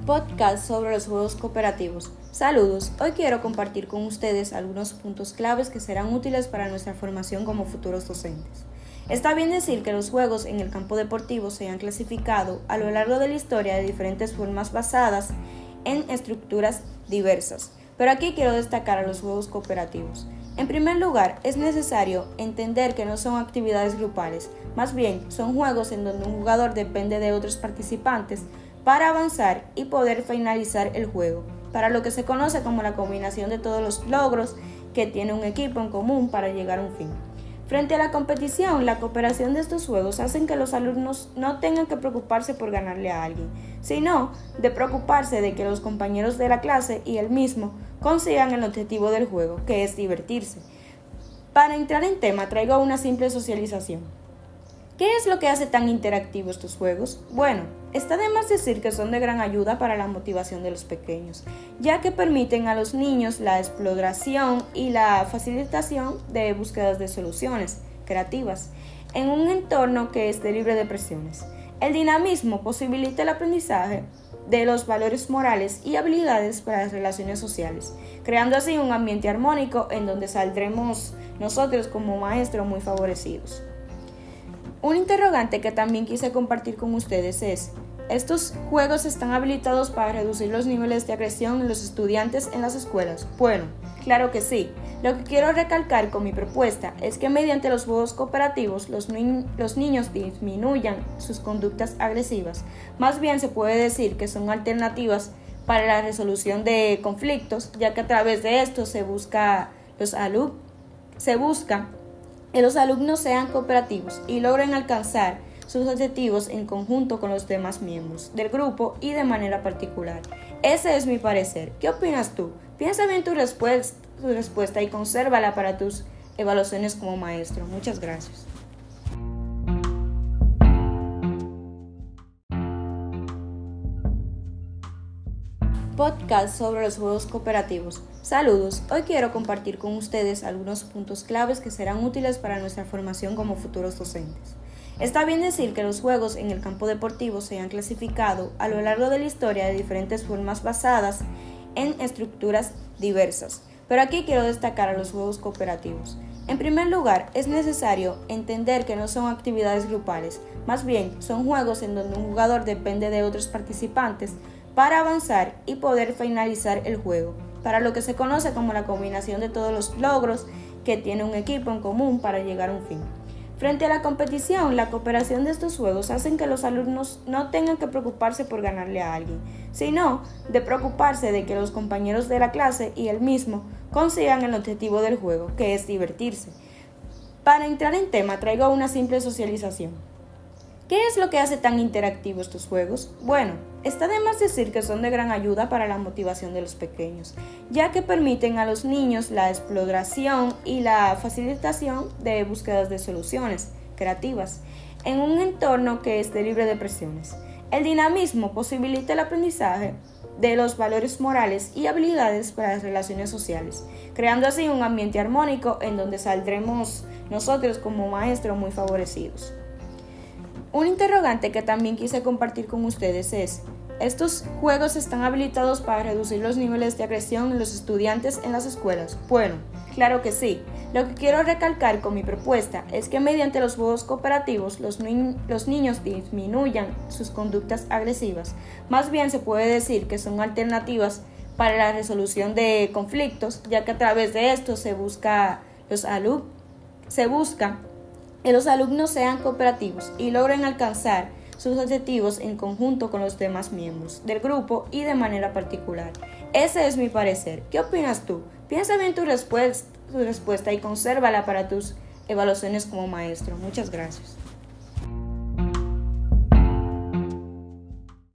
Podcast sobre los juegos cooperativos. Saludos, hoy quiero compartir con ustedes algunos puntos claves que serán útiles para nuestra formación como futuros docentes. Está bien decir que los juegos en el campo deportivo se han clasificado a lo largo de la historia de diferentes formas basadas en estructuras diversas, pero aquí quiero destacar a los juegos cooperativos. En primer lugar, es necesario entender que no son actividades grupales, más bien son juegos en donde un jugador depende de otros participantes para avanzar y poder finalizar el juego, para lo que se conoce como la combinación de todos los logros que tiene un equipo en común para llegar a un fin. Frente a la competición, la cooperación de estos juegos hacen que los alumnos no tengan que preocuparse por ganarle a alguien, sino de preocuparse de que los compañeros de la clase y él mismo consigan el objetivo del juego, que es divertirse. Para entrar en tema, traigo una simple socialización. ¿Qué es lo que hace tan interactivos estos juegos? Bueno, está de más decir que son de gran ayuda para la motivación de los pequeños, ya que permiten a los niños la exploración y la facilitación de búsquedas de soluciones creativas en un entorno que esté libre de presiones. El dinamismo posibilita el aprendizaje de los valores morales y habilidades para las relaciones sociales, creando así un ambiente armónico en donde saldremos nosotros como maestros muy favorecidos. Un interrogante que también quise compartir con ustedes es: ¿estos juegos están habilitados para reducir los niveles de agresión en los estudiantes en las escuelas? Bueno, claro que sí. Lo que quiero recalcar con mi propuesta es que mediante los juegos cooperativos los niños disminuyan sus conductas agresivas. Más bien se puede decir que son alternativas para la resolución de conflictos, ya que a través de esto se busca que los alumnos sean cooperativos y logren alcanzar sus objetivos en conjunto con los demás miembros del grupo y de manera particular. Ese es mi parecer. ¿Qué opinas tú? Piensa bien tu respuesta y consérvala para tus evaluaciones como maestro. Muchas gracias. Podcast sobre los juegos cooperativos. Saludos, hoy quiero compartir con ustedes algunos puntos claves que serán útiles para nuestra formación como futuros docentes. Está bien decir que los juegos en el campo deportivo se han clasificado a lo largo de la historia de diferentes formas basadas en estructuras diversas, pero aquí quiero destacar a los juegos cooperativos. En primer lugar, es necesario entender que no son actividades grupales, más bien son juegos en donde un jugador depende de otros participantes para avanzar y poder finalizar el juego, para lo que se conoce como la combinación de todos los logros que tiene un equipo en común para llegar a un fin. Frente a la competición, la cooperación de estos juegos hacen que los alumnos no tengan que preocuparse por ganarle a alguien, sino de preocuparse de que los compañeros de la clase y él mismo consigan el objetivo del juego, que es divertirse. Para entrar en tema, traigo una simple socialización. ¿Qué es lo que hace tan interactivos estos juegos? Bueno, está de más decir que son de gran ayuda para la motivación de los pequeños, ya que permiten a los niños la exploración y la facilitación de búsquedas de soluciones creativas en un entorno que esté libre de presiones. El dinamismo posibilita el aprendizaje de los valores morales y habilidades para las relaciones sociales, creando así un ambiente armónico en donde saldremos nosotros como maestros muy favorecidos. Un interrogante que también quise compartir con ustedes es: ¿estos juegos están habilitados para reducir los niveles de agresión en los estudiantes en las escuelas? Bueno, claro que sí. Lo que quiero recalcar con mi propuesta es que mediante los juegos cooperativos los niños disminuyan sus conductas agresivas. Más bien se puede decir que son alternativas para la resolución de conflictos, ya que a través de esto se busca que los alumnos sean cooperativos y logren alcanzar sus objetivos en conjunto con los demás miembros del grupo y de manera particular. Ese es mi parecer. ¿Qué opinas tú? Piensa bien tu respuesta y consérvala para tus evaluaciones como maestro. Muchas gracias.